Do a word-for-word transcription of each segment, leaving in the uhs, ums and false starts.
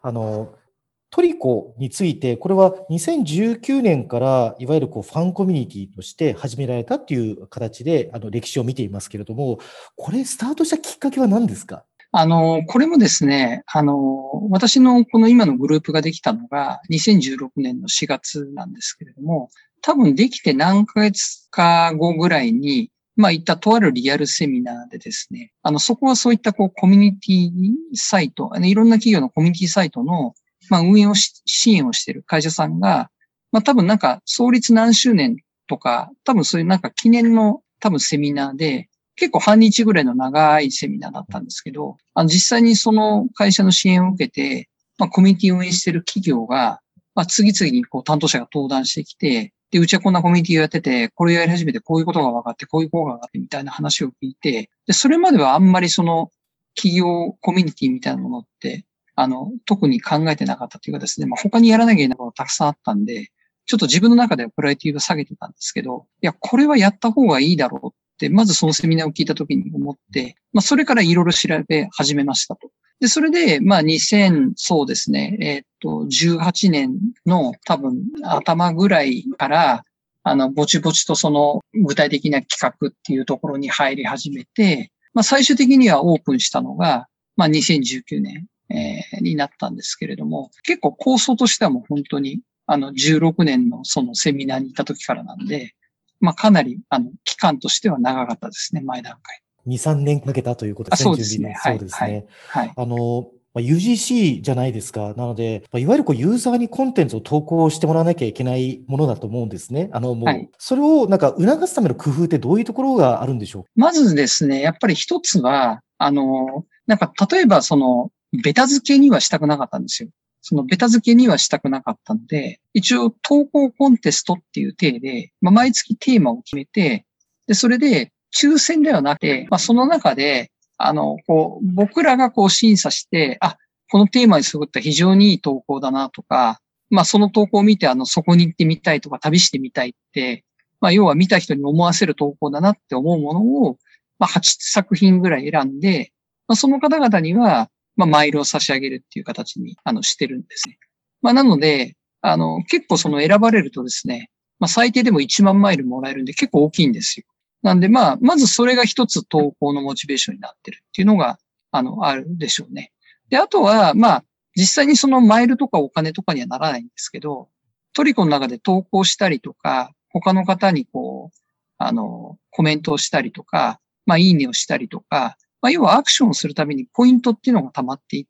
あの、トリコについて、これはにせんじゅうきゅうねんから、いわゆるこうファンコミュニティとして始められたっていう形で、あの歴史を見ていますけれども、これスタートしたきっかけは何ですか？ あの、これもですね、あの、私のこの今のグループができたのがにせんじゅうろくねんのしがつなんですけれども、多分できて何ヶ月か後ぐらいに、まあ、行ったとあるリアルセミナーでですね、あの、そこはそういったこうコミュニティサイト、あのいろんな企業のコミュニティサイトの、まあ、運営をし支援をしている会社さんが、まあ、多分なんか創立何周年とか、多分そういうなんか記念の多分セミナーで、結構半日ぐらいの長いセミナーだったんですけど、あの実際にその会社の支援を受けて、まあ、コミュニティを運営している企業が、まあ、次々にこう担当者が登壇してきて、で、うちはこんなコミュニティをやってて、これをやり始めてこういうことが分かって、こういう効果があってみたいな話を聞いて、で、それまではあんまりその企業コミュニティみたいなものって、あの、特に考えてなかったというかですね、まあ、他にやらなきゃいけないことがたくさんあったんで、ちょっと自分の中ではプライオリティを下げてたんですけど、いや、これはやった方がいいだろうって、まずそのセミナーを聞いたときに思って、まあ、それからいろいろ調べ始めましたと。で、それで、まあ、にせん、そうですね、えーっと、じゅうはちねんの多分頭ぐらいから、あの、ぼちぼちとその具体的な企画っていうところに入り始めて、まあ、最終的にはオープンしたのが、まあ、にせんじゅうきゅうねん、えーになったんですけれども、結構構想としてはもう本当に、あの、じゅうろくねんのそのセミナーに行った時からなんで、まあ、かなり、あの、期間としては長かったですね、前段階。 に、さんねんかけたということであ、 すね、 そうですね。 準備で。 はい、 そうですはい、 ね。 はい。 あの、まあ ユージーシー じゃないですか。なので、まあいわゆるこうユーザーにコンテンツを投稿してもらわなきゃいけないものだと思うんですね。あの、 はい。 もう、それをなんか促すための工夫ってどういうところがあるんでしょうか？ まずですね、やっぱり一つは、あの、なんか、例えばその、ベタ付けにはしたくなかったんですよ。そのベタ付けにはしたくなかったので、一応投稿コンテストっていう体で、まあ、毎月テーマを決めて、で、それで抽選ではなくて、まあ、その中で、あの、こう、僕らがこう審査して、あ、このテーマに沿った非常にいい投稿だなとか、まあ、その投稿を見て、あの、そこに行ってみたいとか、旅してみたいって、まあ、要は見た人に思わせる投稿だなって思うものを、まあ、はちさく品ぐらい選んで、まあ、その方々には、まあ、マイルを差し上げるっていう形に、あの、してるんですね。まあ、なので、あの、結構その選ばれるとですね、まあ、最低でもいちまんマイルもらえるんで結構大きいんですよ。なんで、まあ、まずそれが一つ投稿のモチベーションになってるっていうのが、あの、あるでしょうね。で、あとは、まあ、実際にそのマイルとかお金とかにはならないんですけど、トリコの中で投稿したりとか、他の方にこう、あの、コメントをしたりとか、まあ、いいねをしたりとか、まあ、要はアクションをするためにポイントっていうのが溜まっていって、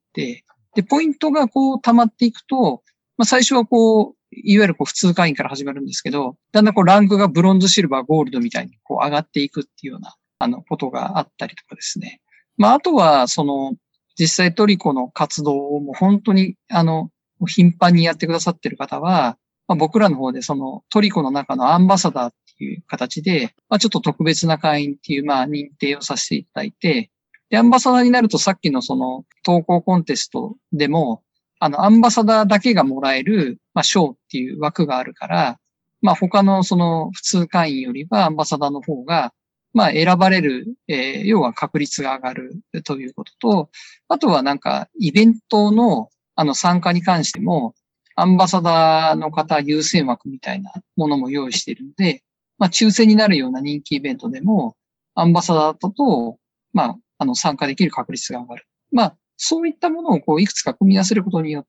で、ポイントがこう溜まっていくと、まあ、最初はこう、いわゆるこう普通会員から始まるんですけど、だんだんこうランクがブロンズ、シルバー、ゴールドみたいにこう上がっていくっていうような、あの、ことがあったりとかですね。まあ、あとは、その、実際トリコの活動をもう本当に、あの、頻繁にやってくださってる方は、まあ、僕らの方でそのトリコの中のアンバサダーっていう形で、まあ、ちょっと特別な会員っていう、まあ、認定をさせていただいて、で、アンバサダーになるとさっきのその投稿コンテストでも、あの、アンバサダーだけがもらえる、まあ、賞っていう枠があるから、まあ、他のその普通会員よりはアンバサダーの方が、まあ、選ばれる、えー、要は確率が上がるということと、あとはなんか、イベントの、あの、参加に関しても、アンバサダーの方優先枠みたいなものも用意しているので、まあ、抽選になるような人気イベントでも、アンバサダーとと、まあ、あの、参加できる確率が上がる。まあ、そういったものをこう、いくつか組み合わせることによって、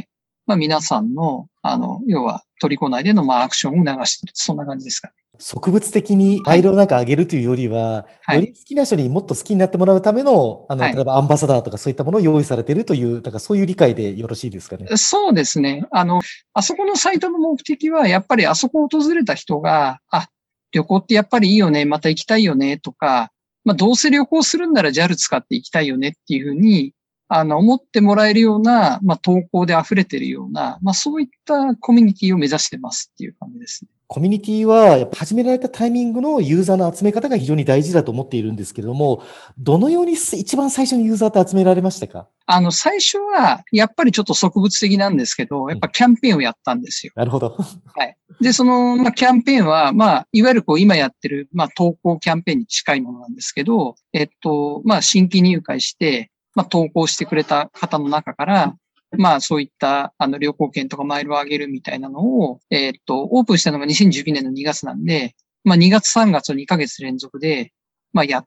まあ、皆さんの、あの、要は、トリコ内での、まあ、アクションを促している。そんな感じですかね。 植物的にはい。 マイルをなんか上げるというよりは、よりはい。 好きな人にもっと好きになってもらうための、あの、 はい。 例えばアンバサダーとかそういったものを用意されているという、なんかそういう理解でよろしいですかね。 そうですね。あの、あそこのサイトの目的は、やっぱりあそこを訪れた人が、あ、旅行ってやっぱりいいよね、また行きたいよね、とか、まあ、どうせ旅行するんなら ジャル 使って行きたいよねっていうふうに、あの、思ってもらえるような、まあ、投稿で溢れてるような、まあ、そういったコミュニティを目指してますっていう感じですね。 コミュニティは、やっぱ始められたタイミングのユーザーの集め方が非常に大事だと思っているんですけれども、どのように一番最初にユーザーって集められましたか？ あの、最初は、やっぱりちょっと植物的なんですけど、やっぱキャンペーンをやったんですよ。 なるほど。 はい。で、その、まあ、キャンペーンは、まあ、いわゆるこう、今やってる、まあ、投稿キャンペーンに近いものなんですけど、えっと、まあ、新規入会して、まあ、投稿してくれた方の中から、 まあそういった、あの、旅行券とかマイルを上げるみたいなのを、えっと、オープンしたのがにせんじゅうきゅうねんのにがつなんで、まあにがつさんがつをにかげつ連続で、まあやって、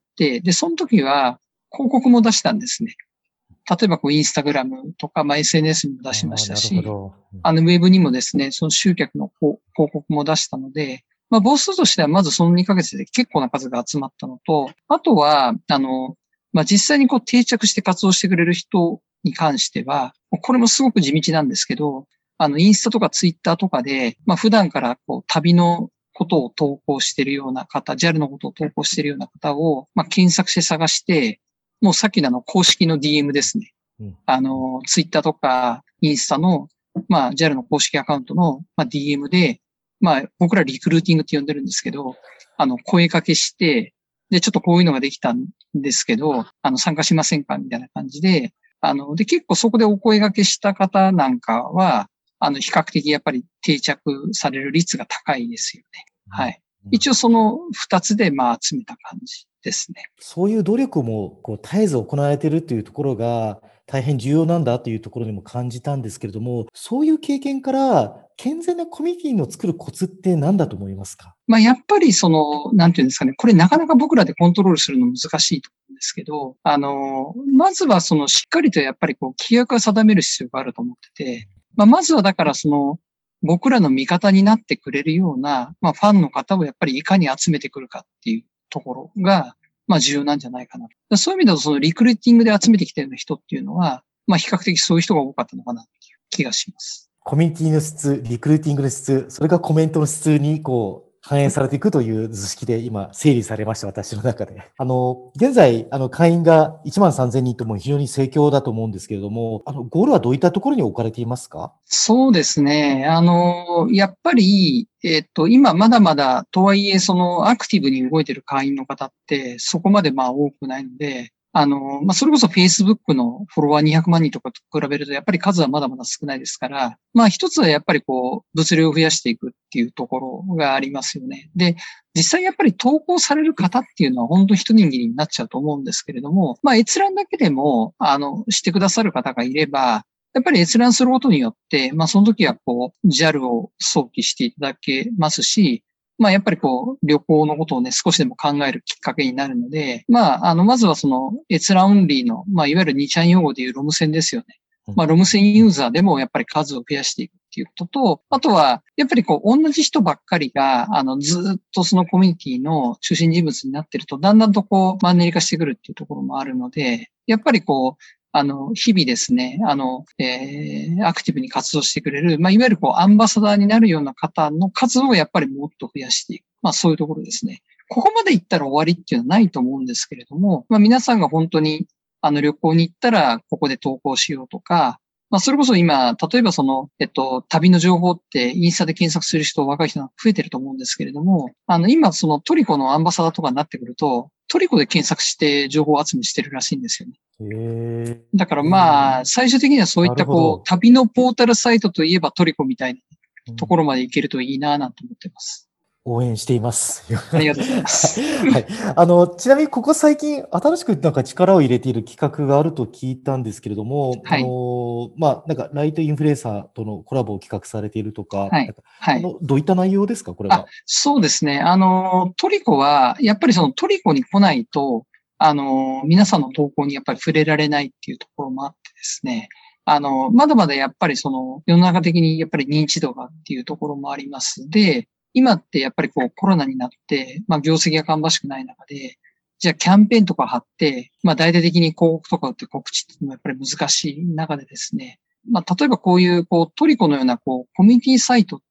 で、その時は広告も出したんですね。例えばこうインスタグラムとか、まあ エスエヌエス にも出しまああ、なるほしたし、 ど。 あのウェブにもですね、その集客の広告も出したので、まあ母数としてはまずそのにかげつで結構な数が集まったのと、あとは、あの、まあ実際にこう定着して活動してくれる人に関しては、これもすごく地道なんですけど、あの、インスタとかツイッターとかで、まあ普段からこう旅のことを投稿しているような方、ジャル のことを投稿しているような方を、まあ検索して探して、もうさっきのあの公式の ディーエム ですね。 うん、 あの、ツイッターとかインスタの、まあ ジャル の公式アカウントの、まあ、ディーエム で、まあ僕らリクルーティングって呼んでるんですけど、あの、声かけして、で、ちょっとこういうのができたんですけど、あの、参加しませんかみたいな感じで、あの、で、結構そこでお声掛けした方なんかは、あの、比較的やっぱり定着される率が高いですよね。はい。一応その二つで、まあ、集めた感じですね。 そういう努力もこう絶えず行われているというところが大変重要なんだというところにも感じたんですけれども、そういう経験から健全なコミュニティの作るコツって何だと思いますか？ まあ、やっぱりその、なんていうんですかね、これなかなか僕らでコントロールするの難しいと思うんですけど、あの、まずはそのしっかりとやっぱりこう規約を定める必要があると思ってて、まあ、まずはだからその、僕らの味方になってくれるような、まあ、ファンの方をやっぱりいかに集めてくるかっていうところが、まあ、重要なんじゃないかな。そういう意味だとそのリクルーティングで集めてきたような人っていうのは、まあ、比較的そういう人が多かったのかなっていう気がします。 コミュニティの質、リクルーティングの質、それがコメントの質にこう反映されていくという図式で今整理されました、私の中で。あの、現在、あの、会員がいちまんさんぜんにんとも非常に盛況だと思うんですけれども、あの、ゴールはどういったところに置かれていますか？ そうですね。あの、やっぱり、えっと、今まだまだ、とはいえ、その、アクティブに動いてる会員の方って、そこまでまあ多くないので、あの、まあ、それこそ Facebook のフォロワーにひゃくまん人とかと比べると、やっぱり数はまだまだ少ないですから、まあ一つはやっぱりこう、物量を増やしていくっていうところがありますよね。で、実際やっぱり投稿される方っていうのは本当一握りになっちゃうと思うんですけれども、まあ閲覧だけでも、あの、してくださる方がいれば、やっぱり閲覧することによって、まあその時はこう、ジャル を想起していただけますし、まあやっぱりこう、旅行のことをね、少しでも考えるきっかけになるので、まあ、あの、まずはその閲覧オンリーの、まあいわゆるにちゃん用語でいうロム線ですよね。まあロム線ユーザーでもやっぱり数を増やしていくっていうことと、あとは、やっぱりこう、同じ人ばっかりが、あの、ずっとそのコミュニティの中心人物になってると、だんだんとこう、マンネリ化してくるっていうところもあるので、やっぱりこう、あの、日々ですね、あの、えー、アクティブに活動してくれる、まあ、いわゆるこう、アンバサダーになるような方の数をやっぱりもっと増やしていく。まあ、そういうところですね。ここまで行ったら終わりっていうのはないと思うんですけれども、まあ、皆さんが本当に、あの、旅行に行ったら、ここで投稿しようとか、まあ、それこそ今、例えばその、えっと、旅の情報ってインスタで検索する人、若い人が増えてると思うんですけれども、あの、今、そのトリコのアンバサダーとかになってくると、トリコで検索して情報集めしてるらしいんですよね。 へだからまあ、最終的にはそういったこう、旅のポータルサイトといえばトリコみたいなところまで行けるといいななんて思ってます。 応援しています。 ありがとうございます。 はい。あの、ちなみにここ最近新しくなんか力を入れている企画があると聞いたんですけれども、 はい、 あの、まあ、なんかライトインフルエンサーとのコラボを企画されているとか、 はい、 なんかはい。 あの、どういった内容ですか、これあ、 は。 そうですね。あの、トリコは、やっぱりそのトリコに来ないと、あの、皆さんの投稿にやっぱり触れられないっていうところもあってですね。あの、まだまだやっぱりその世の中的にやっぱり認知度がっていうところもあります。で、今ってやっぱりこうコロナになって、まあ業績が芳しくない中で、じゃあキャンペーンとか貼って、まあ大々的に広告とか売って告知っていうのもやっぱり難しい中でですね。まあ例えばこういうこうトリコのようなこうコミュニティサイトって、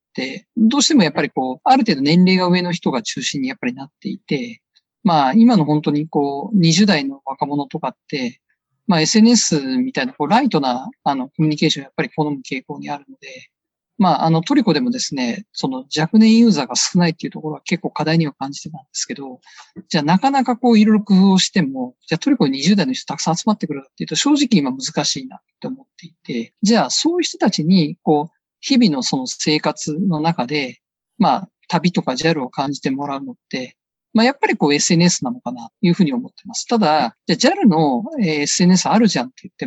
どうしてもやっぱりこう、ある程度年齢が上の人が中心にやっぱりなっていて、まあ今の本当にこう、にじゅう代の若者とかって、まあ エスエヌエス みたいなこうライトなあのコミュニケーションをやっぱり好む傾向にあるので、まああのトリコでもですね、その若年ユーザーが少ないっていうところは結構課題には感じてたんですけど、じゃあなかなかこういろいろ工夫をしても、じゃあトリコににじゅう代の人たくさん集まってくるっていうと正直今難しいなって思っていて、じゃあそういう人たちにこう、日々のその生活の中で、まあ、旅とか ジャル を感じてもらうのって、まあ、やっぱりこう エスエヌエス なのかなというふうに思ってます。ただ、じゃあ ジャル の エスエヌエス あるじゃんって言っても、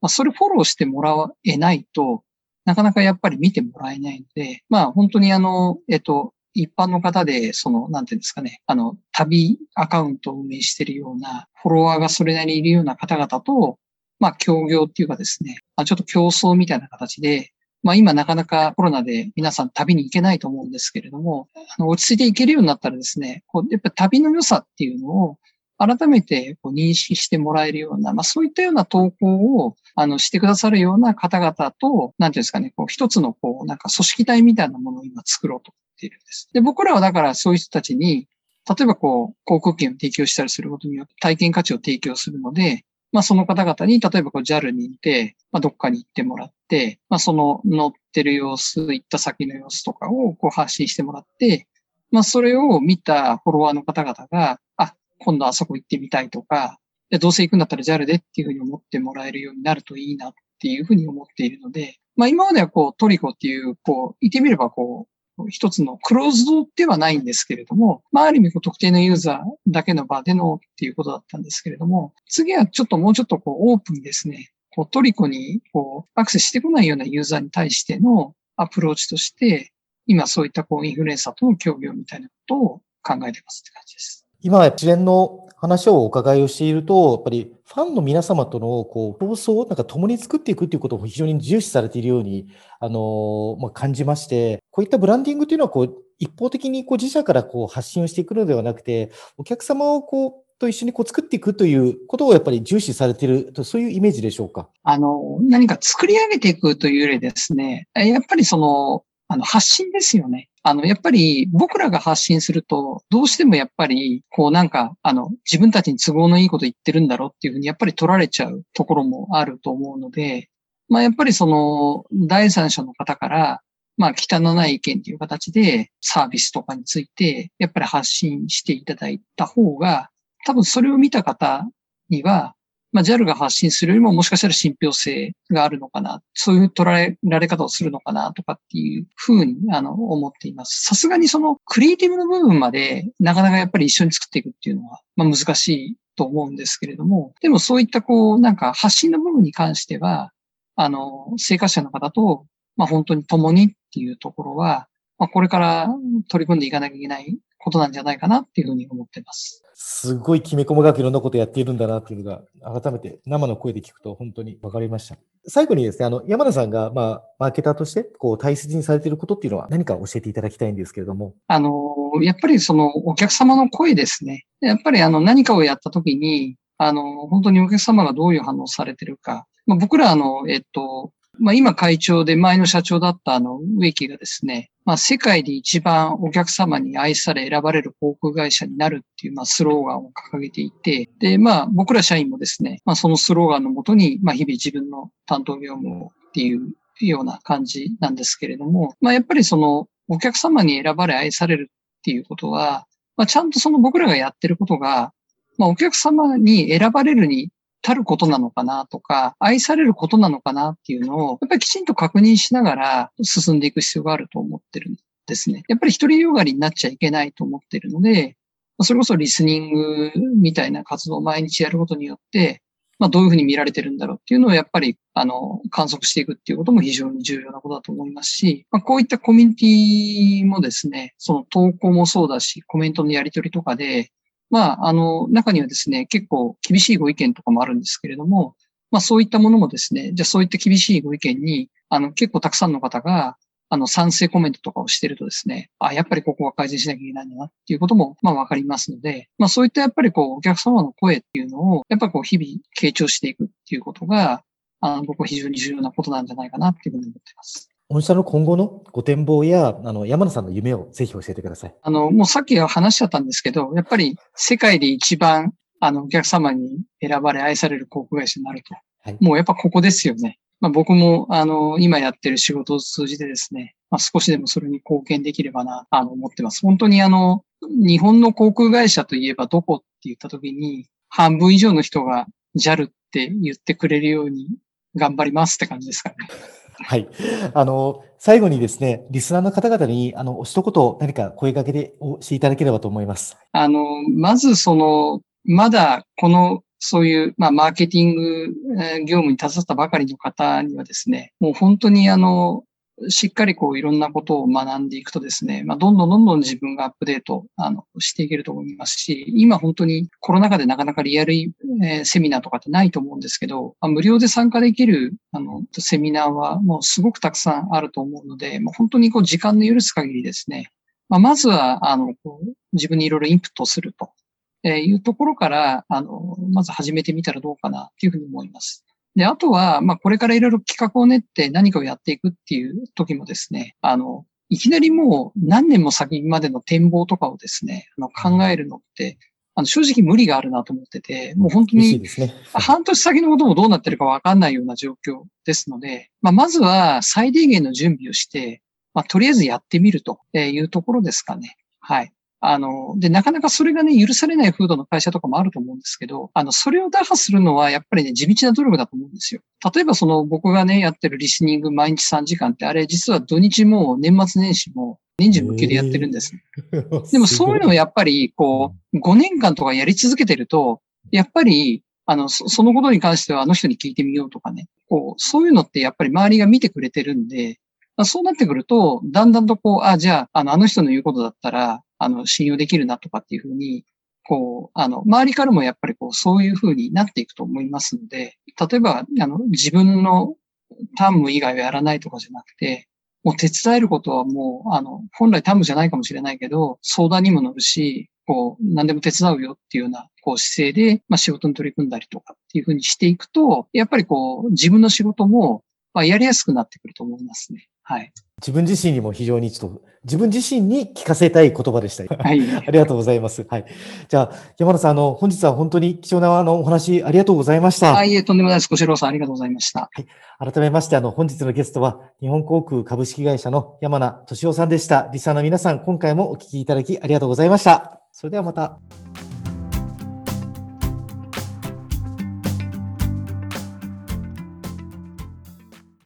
まあ、それフォローしてもらえないと、なかなかやっぱり見てもらえないので、まあ本当にあの、えっと、一般の方で、その、なんていうんですかね、あの、旅アカウントを運営しているような、フォロワーがそれなりにいるような方々と、まあ、協業っていうかですね、あちょっと競争みたいな形で、まあ今なかなかコロナで皆さん旅に行けないと思うんですけれども、あの落ち着いて行けるようになったらですね、こうやっぱり旅の良さっていうのを改めてこう認識してもらえるような、まあそういったような投稿をあのしてくださるような方々と、なんていうんですかね、こう一つのこうなんか組織体みたいなものを今作ろうと思っているんです。で、僕らはだからそういう人たちに、例えばこう航空券を提供したりすることによって体験価値を提供するので、まあその方々に、例えばこう ジャル にいて、まあどっかに行ってもらって、まあその乗ってる様子、行った先の様子とかをこう発信してもらって、まあそれを見たフォロワーの方々が、あ、今度あそこ行ってみたいとか、どうせ行くんだったら ジャル でっていうふうに思ってもらえるようになるといいなっていうふうに思っているので、まあ今まではこうトリコっていう、こう、言ってみればこう、一つのクローズドではないんですけれども、まあ、ある意味特定のユーザーだけの場でのっていうことだったんですけれども、次はちょっともうちょっとこうオープンにですね、こうトリコにこうアクセスしてこないようなユーザーに対してのアプローチとして、今そういったこうインフルエンサーとの協業みたいなことを考えてますって感じです。 今、一連の話をお伺いをしていると、やっぱりファンの皆様とのこう競争をなんか共に作っていくということを非常に重視されているように、あのまあ、感じまして、こういったブランディングというのはこう一方的にこう自社からこう発信をしていくのではなくて、お客様をこうと一緒にこう作っていくということをやっぱり重視されていると、そういうイメージでしょうか。 あの、何か作り上げていくというよりですね、やっぱりその、あの、発信ですよね。あの、やっぱり僕らが発信すると、どうしてもやっぱり、こうなんか、あの、自分たちに都合のいいこと言ってるんだろうっていうふうにやっぱり取られちゃうところもあると思うので、まあやっぱりその、第三者の方から、まあ汚い意見という形でサービスとかについて、やっぱり発信していただいた方が、多分それを見た方には、まあ、ジャル が発信するよりももしかしたら信憑性があるのかな。そういう捉えられ方をするのかなとかっていうふうに、あの、思っています。さすがにそのクリエイティブの部分までなかなかやっぱり一緒に作っていくっていうのは、まあ難しいと思うんですけれども、でもそういったこう、なんか発信の部分に関しては、あの、生活者の方と、まあ本当に共にっていうところは、まあこれから取り組んでいかなきゃいけないことなんじゃないかなっていうふうに思っています。 すごいきめ細かくいろんなことやっているんだなっていうのが、改めて生の声で聞くと本当に分かりました。最後にですね、あの、山田さんが、まあ、マーケターとして、こう、大切にされていることっていうのは何か教えていただきたいんですけれども。 あの、やっぱりそのお客様の声ですね。やっぱりあの、何かをやったときに、あの、本当にお客様がどういう反応されてるか。まあ、僕らあの、えっと、まあ、今会長で前の社長だったあの、植木がですね、まあ、世界で一番お客様に愛され選ばれる航空会社になるっていう、まあ、スローガンを掲げていて、で、まあ、僕ら社員もですね、まあ、そのスローガンのもとに、まあ、日々自分の担当業務をっていうような感じなんですけれども、まあ、やっぱりその、お客様に選ばれ愛されるっていうことは、まあ、ちゃんとその僕らがやってることが、まあ、お客様に選ばれるにたることなのかなとか、愛されることなのかなっていうのを、やっぱりきちんと確認しながら進んでいく必要があると思ってるんですね。やっぱり一人よがりになっちゃいけないと思ってるので、それこそリスニングみたいな活動を毎日やることによって、まあどういうふうに見られてるんだろうっていうのをやっぱり、あの、観測していくっていうことも非常に重要なことだと思いますし、まあこういったコミュニティもですね、その投稿もそうだし、コメントのやり取りとかで、まあ、あの、中にはですね、結構厳しいご意見とかもあるんですけれども、まあそういったものもですね、じゃあそういった厳しいご意見に、あの、結構たくさんの方が、あの、賛成コメントとかをしてるとですね、あ、やっぱりここは改善しなきゃいけないんだなっていうことも、まあわかりますので、まあそういったやっぱりこう、お客様の声っていうのを、やっぱりこう、日々傾聴していくっていうことが、あの、僕は非常に重要なことなんじゃないかなっていうふうに思っています。 御社の今後のご展望や、あの、山野さんの夢をぜひ教えてください。 あの、もうさっきは話しちゃったんですけど、やっぱり世界で一番、あの、お客様に選ばれ愛される航空会社になると。はい、もうやっぱここですよね。まあ僕も、あの、今やってる仕事を通じてですね、まあ少しでもそれに貢献できればな、あの、思ってます。本当にあの、日本の航空会社といえばどこって言った時に、半分以上の人が ジャル って言ってくれるように頑張りますって感じですかね。 はい。あの、最後にですね、リスナーの方々に、あの、一言何か声掛けでをしていただければと思います。 あの、まずその、まだこのそういう、まあ、マーケティングえー業務に携わったばかりの方にはですね、もう本当にあの、しっかりこういろんなことを学んでいくとですね、まあ、どんどんどんどん自分がアップデート、あの、していけると思いますし、今本当にコロナ禍でなかなかリアル、えーセミナーとかってないと思うんですけど、まあ、無料で参加できる、あの、セミナーはもうすごくたくさんあると思うので、もう本当にこう時間の許す限りですね、まあ、まずは、あの、こう自分にいろいろインプットするとえーいうところから、あの、まず始めてみたらどうかなっていうふうに思います。で、あとは、まあ、これからいろいろ企画を練って何かをやっていくっていう時もですね、あの、いきなりもう何年も先までの展望とかをですね、あの考えるのって、あの、正直無理があるなと思ってて、もう本当厳しいにですね。 半年先のこともどうなってるかわかんないような状況ですので、まあ、まずは最低限の準備をして、まあ、とりあえずやってみるというところですかね。はい。あの、で、なかなかそれがね、許されない風土の会社とかもあると思うんですけど、あの、それを打破するのは、やっぱりね、地道な努力だと思うんですよ。例えば、その、僕がね、やってるリスニング毎日さんじかんって、あれ、実は土日も年末年始も年中無休でやってるんです。でも、そういうのをやっぱり、こう、ごねんかんとかやり続けてると、やっぱり、あの、そそのことに関してはあの人に聞いてみようとかね。こう、そういうのってやっぱり周りが見てくれてるんで、まあそうなってくると、だんだんとこう、あ、じゃあ、あの、あの人の言うことだったら、あの、信用できるなとかっていうふうに、こう、あの、周りからもやっぱりこう、そういうふうになっていくと思いますので、例えば、あの、自分の担務以外はやらないとかじゃなくて、もう手伝えることはもう、あの、本来担務じゃないかもしれないけど、相談にも乗るし、こう、何でも手伝うよっていうような、こう、姿勢で、まあ、仕事に取り組んだりとかっていうふうにしていくと、やっぱりこう、自分の仕事も、まあ、やりやすくなってくると思いますね。はい。 自分自身にも非常にちょっと、自分自身に聞かせたい言葉でした。 はい。 ありがとうございます。はい。じゃあ、山野さん、あの、本日は本当に貴重なあのお話ありがとうございました。 あ、いえ、とんでもないです。小四郎さん、ありがとうございました。 はい。改めまして、あの、本日のゲストは、日本航空株式会社の山名俊夫さんでした。リスナーの皆さん、今回もお聞きいただきありがとうございました。それではまた。